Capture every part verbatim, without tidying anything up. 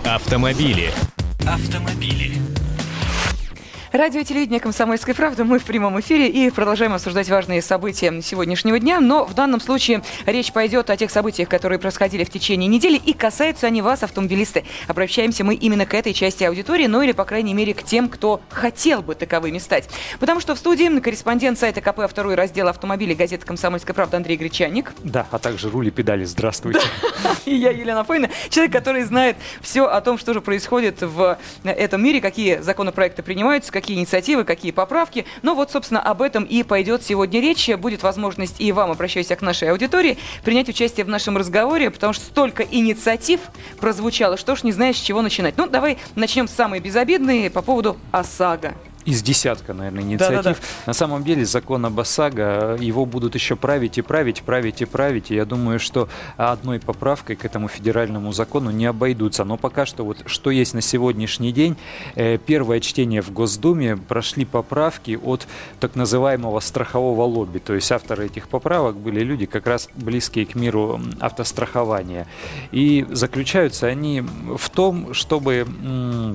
Автомобили. Автомобили. Радио и телевидение «Комсомольская правда». Мы в прямом эфире и продолжаем обсуждать важные события сегодняшнего дня. Но в данном случае речь пойдет о тех событиях, которые происходили в течение недели, и касаются они вас, автомобилисты. Обращаемся мы именно к этой части аудитории, ну или, по крайней мере, к тем, кто хотел бы таковыми стать. Потому что в студии корреспондент сайта ка пэ «Второй раздел автомобилей» газеты «Комсомольская правда» Андрей Гречанник. Да, а также руль и педали. Здравствуйте. И я, Елена Фойна, человек, который знает все о том, что же происходит в этом мире, какие законопроекты принимаются, какие инициативы, какие поправки. Ну вот, собственно, об этом и пойдет сегодня речь. Будет возможность и вам, обращаюсь к нашей аудитории, принять участие в нашем разговоре, потому что столько инициатив прозвучало, что ж не знаешь, с чего начинать. Ну, давай начнем с самой безобидной по поводу ОСАГО. Из десятка, наверное, инициатив. Да, да, да. На самом деле закон об ОСАГО, его будут еще править и править, править и править. И я думаю, что одной поправкой к этому федеральному закону не обойдутся. Но пока что, вот что есть на сегодняшний день, э, первое чтение в Госдуме, прошли поправки от так называемого страхового лобби. То есть авторы этих поправок были люди, как раз близкие к миру автострахования. И заключаются они в том, чтобы... М-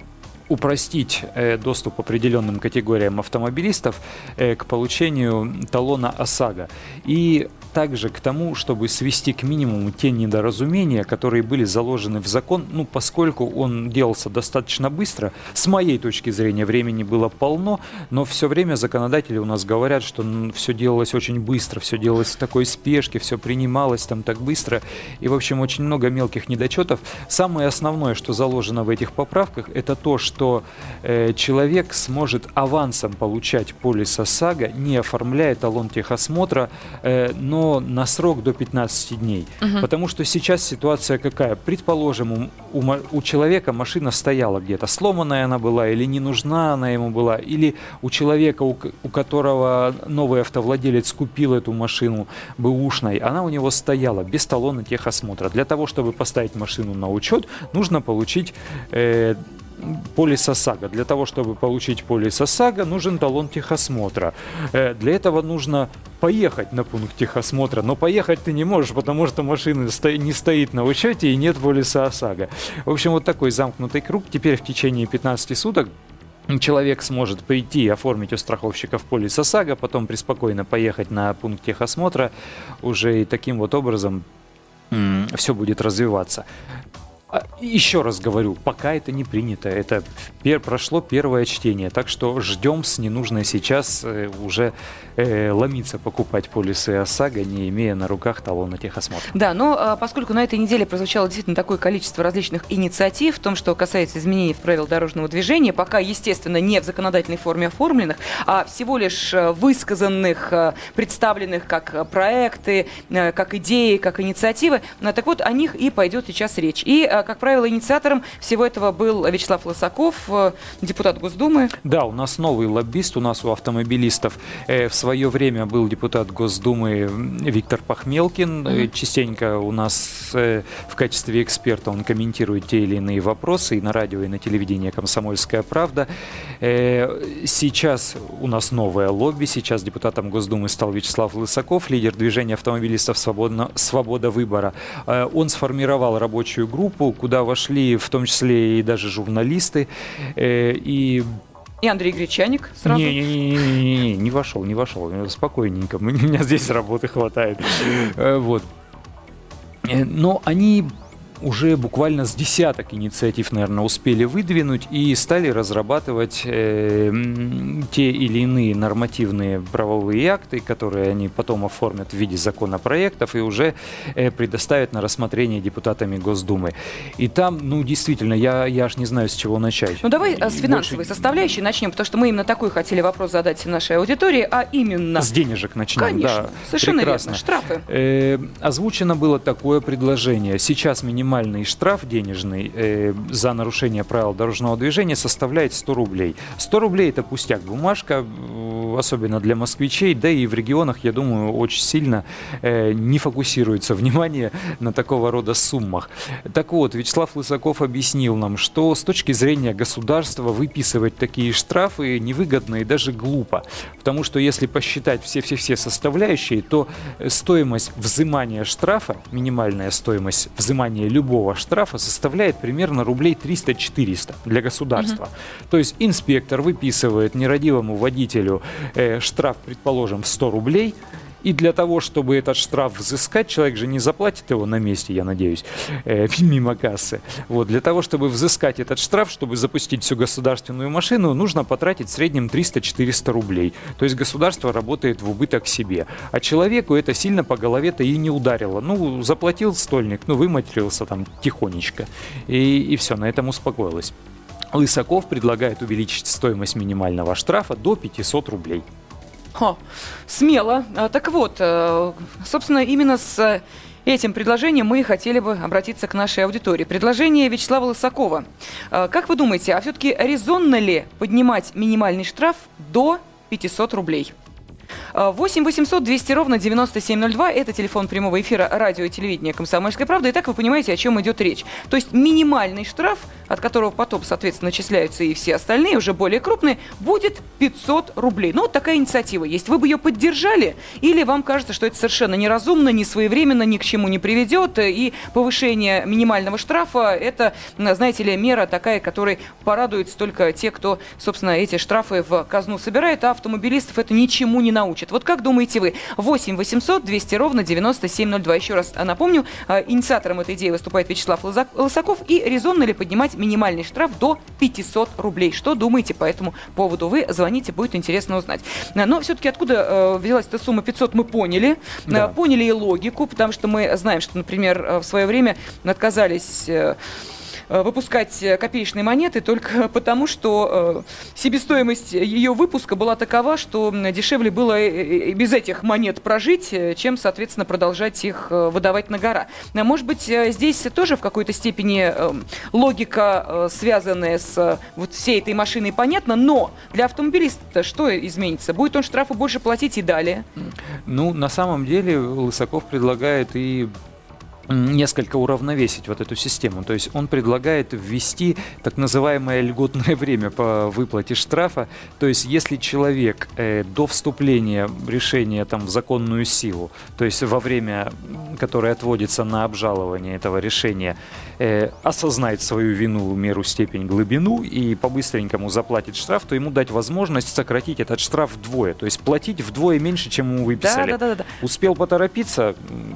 упростить э, доступ определенным категориям автомобилистов э, к получению талона ОСАГО. И также к тому, чтобы свести к минимуму те недоразумения, которые были заложены в закон, ну, поскольку он делался достаточно быстро. С моей точки зрения, времени было полно, но все время законодатели у нас говорят, что ну, все делалось очень быстро, все делалось в такой спешке, все принималось там так быстро. И, в общем, очень много мелких недочетов. Самое основное, что заложено в этих поправках, это то, что что э, человек сможет авансом получать полис ОСАГО, не оформляя талон техосмотра, э, но на срок до пятнадцати дней. Угу. Потому что сейчас ситуация какая? Предположим, у, у, у человека машина стояла где-то, сломанная она была, или не нужна она ему была, или у человека, у, у которого новый автовладелец купил эту машину бэушной, она у него стояла без талона техосмотра. Для того, чтобы поставить машину на учет, нужно получить... Э, полис ОСАГО. Для того, чтобы получить полис ОСАГО, нужен талон техосмотра. Для этого нужно поехать на пункт техосмотра, но поехать ты не можешь, потому что машина не стоит на учете и нет полиса ОСАГО. В общем, вот такой замкнутый круг. Теперь в течение пятнадцати суток человек сможет прийти и оформить у страховщиков полис ОСАГО, потом преспокойно поехать на пункт техосмотра. Уже и таким вот образом м- все будет развиваться. Еще раз говорю, пока это не принято, это пер- прошло первое чтение, так что ждем с ненужной сейчас э, уже э, ломиться покупать полисы ОСАГО, не имея на руках талона техосмотра. Да, но а, поскольку на этой неделе прозвучало действительно такое количество различных инициатив в том, что касается изменений в правила дорожного движения, пока, естественно, не в законодательной форме оформленных, а всего лишь высказанных, представленных как проекты, как идеи, как инициативы, так вот о них и пойдет сейчас речь. И как правило, инициатором всего этого был Вячеслав Лысаков, депутат Госдумы. Да, у нас новый лоббист, у нас у автомобилистов э, в свое время был депутат Госдумы Виктор Пахмелкин. Mm-hmm. Частенько у нас э, в качестве эксперта он комментирует те или иные вопросы и на радио, и на телевидении «Комсомольская правда». Э, сейчас у нас новое лобби, сейчас депутатом Госдумы стал Вячеслав Лысаков, лидер движения автомобилистов «Свободно, «Свобода выбора». Э, он сформировал рабочую группу, куда вошли в том числе и даже журналисты, э, и... И Андрей Гречанник сразу? Не-не-не, не вошел, не вошел, спокойненько, у меня здесь работы хватает. Вот. Но они... уже буквально с десяток инициатив, наверное, успели выдвинуть и стали разрабатывать э, те или иные нормативные правовые акты, которые они потом оформят в виде законопроектов и уже э, предоставят на рассмотрение депутатами Госдумы. И там, ну, действительно, я, я аж не знаю, с чего начать. Ну, давай и с финансовой больше... составляющей начнем, потому что мы именно такой хотели вопрос задать нашей аудитории, а именно... С денежек начнем, Конечно, да. совершенно прекрасно. Верно, штрафы. Э, озвучено было такое предложение. Сейчас минимально Минимальный штраф денежный э, за нарушение правил дорожного движения составляет сто рублей. сто рублей – это пустяк, бумажка, особенно для москвичей, да и в регионах, я думаю, очень сильно э, не фокусируется внимание на такого рода суммах. Так вот, Вячеслав Лысаков объяснил нам, что с точки зрения государства выписывать такие штрафы невыгодно и даже глупо, потому что если посчитать все-все-все составляющие, то стоимость взимания штрафа, минимальная стоимость взимания любого штрафа составляет примерно рублей триста-четыреста для государства. Mm-hmm. То есть инспектор выписывает нерадивому водителю э, штраф, предположим, в сто рублей, и для того, чтобы этот штраф взыскать, человек же не заплатит его на месте, я надеюсь, э, мимо кассы. Вот, для того, чтобы взыскать этот штраф, чтобы запустить всю государственную машину, нужно потратить в среднем триста-четыреста рублей. То есть государство работает в убыток себе. А человеку это сильно по голове-то и не ударило. Ну, заплатил стольник, ну, выматерился там тихонечко. И, и все, на этом успокоилось. Лысаков предлагает увеличить стоимость минимального штрафа до пятьсот рублей. О, смело. Так вот, собственно, именно с этим предложением мы хотели бы обратиться к нашей аудитории. Предложение Вячеслава Лысакова. Как вы думаете, а все-таки резонно ли поднимать минимальный штраф до пятьсот рублей? восемь восемьсот двести ровно девяносто семь ноль два. Это телефон прямого эфира радио и телевидения «Комсомольская правда». И так вы понимаете, о чем идет речь. То есть минимальный штраф, от которого потом, соответственно, начисляются и все остальные, уже более крупные, будет пятьсот рублей. Ну, вот такая инициатива есть. Вы бы ее поддержали? Или вам кажется, что это совершенно неразумно, не своевременно, ни к чему не приведет? И повышение минимального штрафа – это, знаете ли, мера такая, которой порадуются только те, кто, собственно, эти штрафы в казну собирает, а автомобилистов это ничему не научит. Вот как думаете вы? восемь восемьсот двести ровно девяносто семь ноль два. Еще раз напомню, инициатором этой идеи выступает Вячеслав Лысаков. И резонно ли поднимать минимальный штраф до пятьсот рублей? Что думаете по этому поводу? Вы звоните, будет интересно узнать. Но все-таки откуда взялась эта сумма пятьсот, мы поняли. Да. Поняли и логику, потому что мы знаем, что, например, в свое время отказались выпускать копеечные монеты только потому, что э, себестоимость ее выпуска была такова, что дешевле было и без этих монет прожить, чем, соответственно, продолжать их выдавать на гора. Может быть, здесь тоже в какой-то степени э, логика, э, связанная с э, вот всей этой машиной, понятна, но для автомобилиста что изменится? Будет он штрафы больше платить и далее? Ну, на самом деле, Лысаков предлагает и несколько уравновесить вот эту систему. То есть он предлагает ввести так называемое льготное время по выплате штрафа. То есть если человек э, до вступления решения там, в законную силу, то есть во время, которое отводится на обжалование этого решения, э, осознает свою вину, меру, степень, глубину и по-быстренькому заплатит штраф, то ему дать возможность сократить этот штраф вдвое. То есть платить вдвое меньше, чем ему выписали. Да, да, да, да. Успел поторопиться,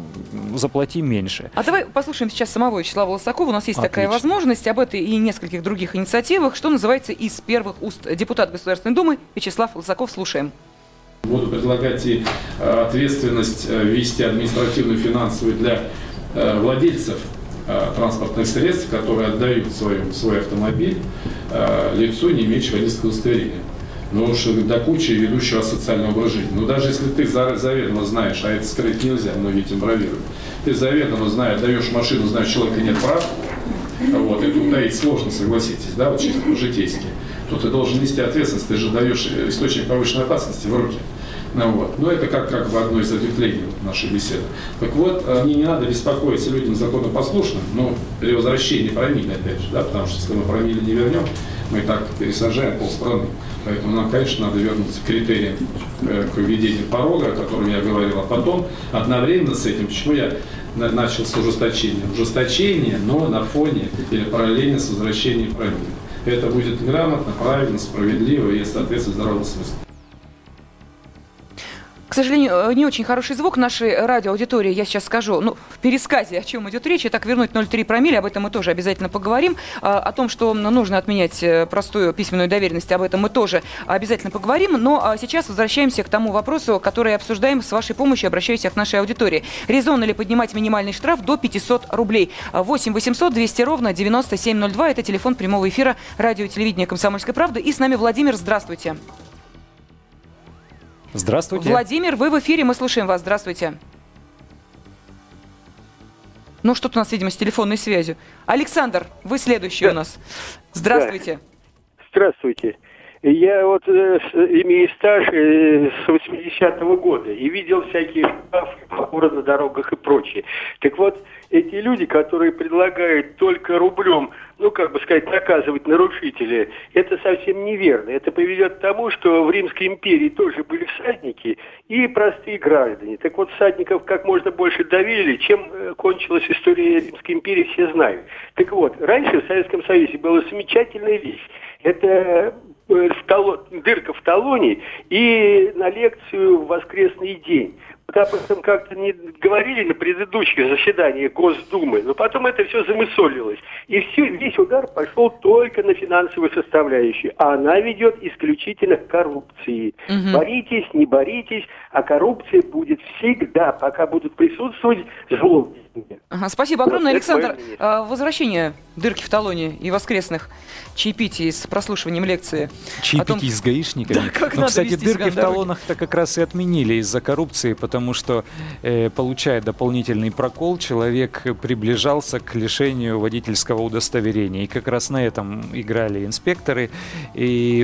заплати меньше. А давай послушаем сейчас самого Вячеслава Лысакова. У нас есть Отлично. Такая возможность. Об этой и нескольких других инициативах, что называется, из первых уст. Депутат Государственной Думы Вячеслав Лысаков. Слушаем. Буду предлагать и ответственность ввести административную, финансовую для владельцев транспортных средств, которые отдают свой, свой автомобиль лицу, не имеющему водительского удостоверения. Ну уж до кучи ведущего социального образа жизни. Но даже если ты заведомо знаешь, а это скрыть нельзя, многие этим бравируют, ты заведомо знаешь, даешь машину, знаешь, у человека нет прав, вот, это утаить сложно, согласитесь, да, вот чисто по-житейски, то ты должен нести ответственность, ты же даешь источник повышенной опасности в руки. Ну, вот. Но это как, как бы одно из ответвлений нашей беседы. Так вот, мне не надо беспокоиться людям законопослушным, но при возвращении промилле, опять же, да, потому что если мы промилле не вернем, мы и так пересажаем полстраны. Поэтому нам, конечно, надо вернуться к критериям к введению порога, о котором я говорил, а потом одновременно с этим, почему я начал с ужесточения? Ужесточение, но на фоне или параллельно с возвращением промилле. Это будет грамотно, правильно, справедливо и соответствует здравому смыслу. К сожалению, не очень хороший звук нашей радиоаудитории, я сейчас скажу, ну, в пересказе, о чем идет речь. Итак, вернуть ноль целых три промилле, об этом мы тоже обязательно поговорим. О том, что нужно отменять простую письменную доверенность, об этом мы тоже обязательно поговорим. Но сейчас возвращаемся к тому вопросу, который обсуждаем с вашей помощью, обращаюсь к нашей аудитории. Резонно ли поднимать минимальный штраф до пятьсот рублей? восемь восемьсот двести ровно девяносто семь ноль два, это телефон прямого эфира радио и телевидения «Комсомольская правда». И с нами Владимир, здравствуйте. Здравствуйте. Владимир, вы в эфире, мы слушаем вас. Здравствуйте. Ну, что-то у нас, видимо, с телефонной связью. Александр, вы следующий да. у нас. Здравствуйте. Да. Здравствуйте. Я вот э, имею стаж э, с восьмидесятого года и видел всякие штрафы по городу, на дорогах и прочее. Так вот, эти люди, которые предлагают только рублем, ну, как бы сказать, наказывать нарушителей, это совсем неверно. Это приведет к тому, что в Римской империи тоже были всадники и простые граждане. Так вот, всадников как можно больше давили, чем э, кончилась история Римской империи, все знают. Так вот, раньше в Советском Союзе была замечательная вещь. Это в талон, дырка в талоне и на лекцию в воскресный день. Вот об этом как-то не говорили на предыдущих заседаниях Госдумы, но потом это все замысолилось. И все, весь удар пошел только на финансовую составляющую, а она ведет исключительно к коррупции. Угу. Боритесь, не боритесь, а коррупция будет всегда, пока будут присутствовать злоумышленники. Ага, спасибо огромное, вот, Александр. Возвращение дырки в талоне и воскресных чаепитий с прослушиванием лекции. Чаепитий том... с гаишниками. Да, как ну, кстати, дырки в талонах-то как раз и отменили из-за коррупции, потому что, э, получая дополнительный прокол, человек приближался к лишению водительского удостоверения. И как раз на этом играли инспекторы, и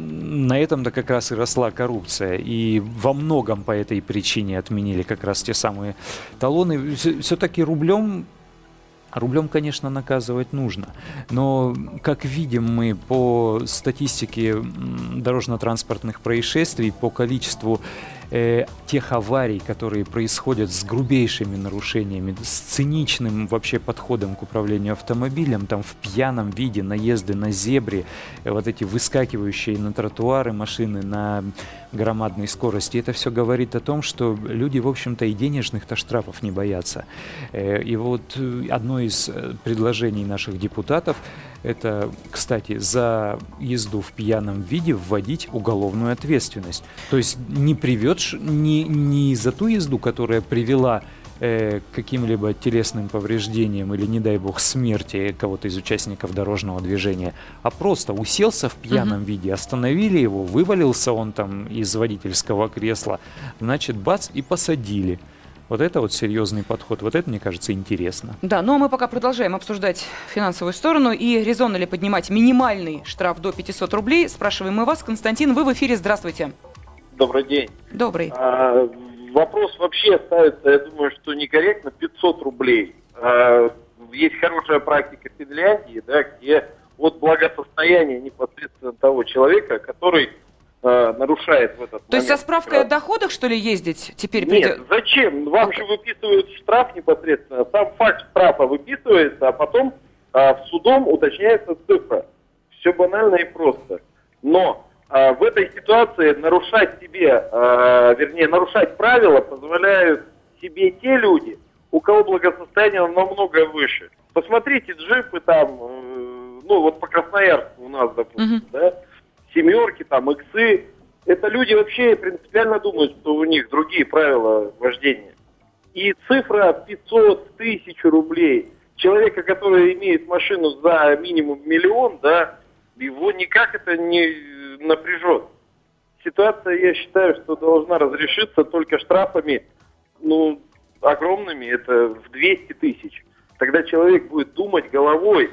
на этом-то как раз и росла коррупция. И во многом по этой причине отменили как раз те самые талоны. Все-таки рублем... Рублем, конечно, наказывать нужно, но, как видим мы по статистике дорожно-транспортных происшествий, по количеству э, тех аварий, которые происходят с грубейшими нарушениями, с циничным вообще подходом к управлению автомобилем, там в пьяном виде наезды на зебре, э, вот эти выскакивающие на тротуары машины на громадной скорости, это все говорит о том, что люди, в общем-то, и денежных-то штрафов не боятся. Э, и вот одно из предложений наших депутатов — это, кстати, за езду в пьяном виде вводить уголовную ответственность. То есть не приведешь не, не за ту езду, которая привела э, к каким-либо телесным повреждениям или, не дай бог, смерти кого-то из участников дорожного движения, а просто уселся в пьяном uh-huh. виде, остановили его, вывалился он там из водительского кресла, значит, бац, и посадили. Вот это вот серьезный подход, вот это, мне кажется, интересно. Да, но мы пока продолжаем обсуждать финансовую сторону и резонно ли поднимать минимальный штраф до пятисот рублей. Спрашиваем мы вас. Константин, вы в эфире, здравствуйте. Добрый день. Добрый. А, вопрос вообще ставится, я думаю, что некорректно, пятьсот рублей. А, есть хорошая практика Финляндии, да, где от благосостояния непосредственно того человека, который... нарушает в этот момент. То есть со справкой о доходах, что ли, ездить теперь придет? Нет, зачем? Вам же выписывают штраф непосредственно. Сам факт штрафа выписывается, а потом а, в судом уточняется цифра. Все банально и просто. Но а, в этой ситуации нарушать себе, а, вернее, нарушать правила позволяют себе те люди, у кого благосостояние намного выше. Посмотрите джипы там, э, ну вот по Красноярску у нас, допустим, uh-huh. да, семерки, там, иксы. Это люди вообще принципиально думают, что у них другие правила вождения. И цифра пятьсот тысяч рублей. Человека, который имеет машину за минимум миллион, да, его никак это не напряжет. Ситуация, я считаю, что должна разрешиться только штрафами, ну, огромными, это в двести тысяч. Тогда человек будет думать головой.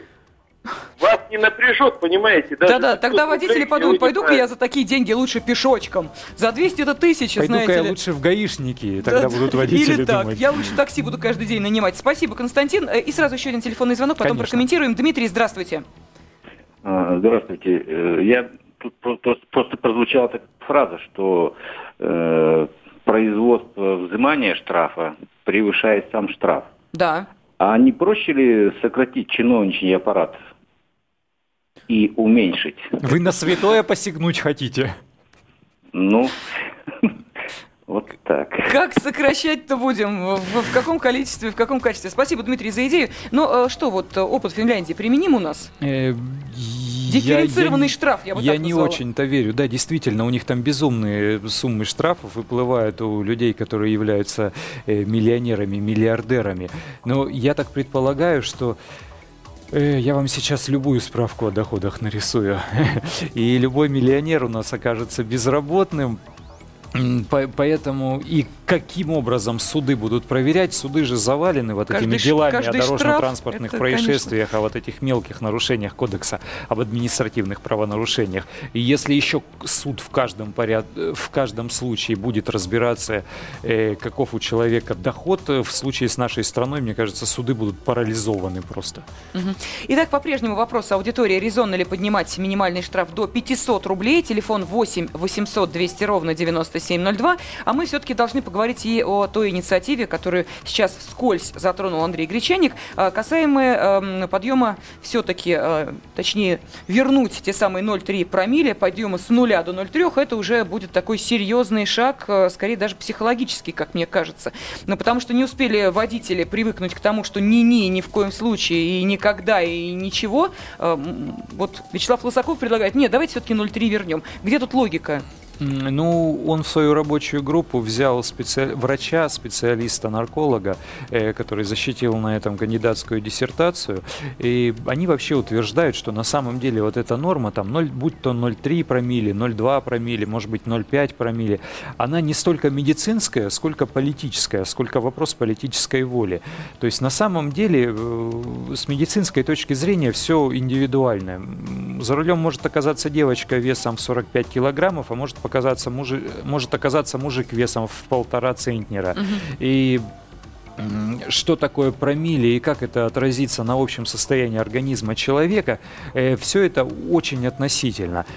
Вас не напряжет, понимаете? Да-да, тогда водители подумают, пойду-ка я за такие деньги лучше пешочком. За двести это тысяча, знаете ли. Пойду-ка я лучше в гаишники, тогда будут водители Или так, думать. Я лучше такси буду каждый день нанимать. Спасибо, Константин. И сразу еще один телефонный звонок, потом прокомментируем. Дмитрий, здравствуйте. Здравствуйте. Я тут просто прозвучала такая фраза, что э, производство взимания штрафа превышает сам штраф. Да. А не проще ли сократить чиновничий аппарат и уменьшить? Вы на святое посягнуть хотите? Ну, вот так. Как сокращать-то будем? В, в каком количестве, в каком качестве? Спасибо, Дмитрий, за идею. Но что, вот опыт Финляндии применим у нас? Дифференцированный я, штраф, я бы я так не назвала. очень-то верю. Да, действительно, у них там безумные суммы штрафов выплывают у людей, которые являются э, миллионерами, миллиардерами. Но я так предполагаю, что э, я вам сейчас любую справку о доходах нарисую. И любой миллионер у нас окажется безработным. Поэтому и каким образом суды будут проверять? Суды же завалены вот каждый этими делами о дорожно-транспортных штраф, происшествиях, конечно, о вот этих мелких нарушениях Кодекса об административных правонарушениях. И если еще суд в каждом, поряд... в каждом случае будет разбираться, э, каков у человека доход, в случае с нашей страной, мне кажется, суды будут парализованы просто. Угу. Итак, по-прежнему вопрос аудитории. Резонно ли поднимать минимальный штраф до пятисот рублей? Телефон восемь восемьсот двести ровно девяносто семь ноль два. А мы все-таки должны поговорить и о той инициативе, которую сейчас вскользь затронул Андрей Гречаник, касаемая э, подъема все-таки, э, точнее, вернуть те самые ноль целых три промилле, подъема с нуля до ноль целых три, это уже будет такой серьезный шаг, э, скорее даже психологический, как мне кажется. Но потому что не успели водители привыкнуть к тому, что ни-ни, ни в коем случае, и никогда, и ничего. Э, вот Вячеслав Лысаков предлагает, нет, давайте все-таки ноль целых три вернем. Где тут логика? Ну, он в свою рабочую группу взял специ... врача, специалиста-нарколога, э, который защитил на этом кандидатскую диссертацию. И они вообще утверждают, что на самом деле вот эта норма, там, ноль, будь то ноль целых три промилле, ноль целых два промилле, может быть, ноль целых пять промилле, она не столько медицинская, сколько политическая, сколько вопрос политической воли. То есть на самом деле э, с медицинской точки зрения все индивидуально. За рулем может оказаться девочка весом в сорок пять килограммов, а может показаться мужик, может оказаться мужик весом в полтора центнера. Uh-huh. И что такое промилле и как это отразится на общем состоянии организма человека, э, все это очень относительно.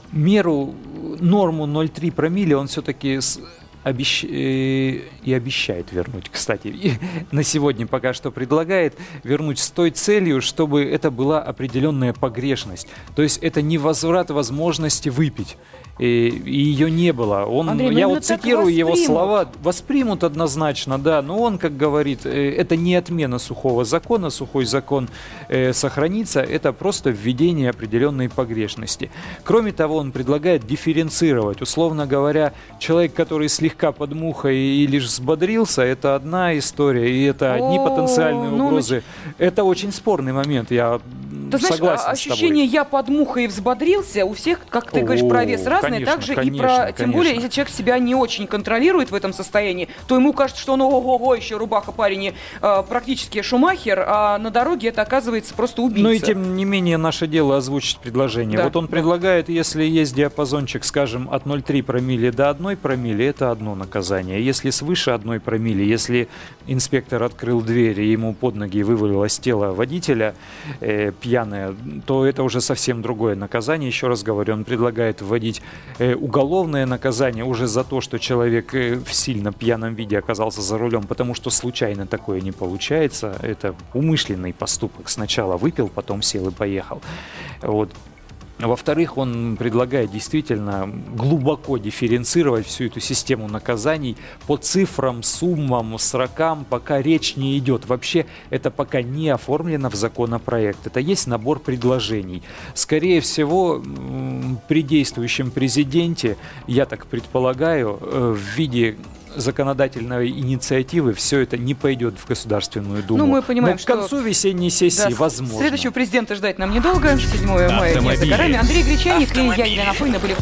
Меру, норму ноль целых три промилле он все-таки с... Обещ... и обещает вернуть, кстати, и на сегодня пока что предлагает вернуть с той целью, чтобы это была определенная погрешность. То есть это не возврат возможности выпить. И, и ее не было. Он, Андрей, я вот цитирую его слова, воспримут однозначно, да, но он, как говорит, это не отмена сухого закона, сухой закон э, сохранится, это просто введение определенной погрешности. Кроме того, он предлагает дифференцировать. Условно говоря, человек, который слегка под мухой и лишь взбодрился, это одна история, и это одни О, потенциальные ну, угрозы. Ну... Это очень спорный момент, я ты согласен знаешь, с тобой. Ощущение «я под мухой и взбодрился» у всех, как ты О, говоришь, про вес разные, конечно, также конечно, и про... Конечно. Тем более, если человек себя не очень контролирует в этом состоянии, то ему кажется, что он ого-го, еще рубаха парень и э, практически Шумахер, а на дороге это оказывается просто убийца. Ну и тем не менее, наше дело озвучить предложение. Да. Вот он предлагает, если есть диапазончик, скажем, от ноль целых три промилле до одной промилле, это одно наказание. Если свыше одной промилле, если инспектор открыл дверь и ему под ноги вывалилось тело водителя э, пьяное, то это уже совсем другое наказание. Еще раз говорю, он предлагает вводить э, уголовное наказание уже за то, что человек э, в сильно пьяном виде оказался за рулем, потому что случайно такое не получается. Это умышленный поступок. Сначала выпил, потом сел и поехал. Вот. Во-вторых, он предлагает действительно глубоко дифференцировать всю эту систему наказаний по цифрам, суммам, срокам, пока речь не идет. Вообще это пока не оформлено в законопроект. Это есть набор предложений. Скорее всего, при действующем президенте, я так предполагаю, в виде законодательной инициативы все это не пойдет в Государственную Думу. Ну, мы понимаем, но к концу что... весенней сессии да, возможно. Следующего президента ждать нам недолго. седьмое мая не за горами. Андрей Гречаник и я, Елена Афонина, были в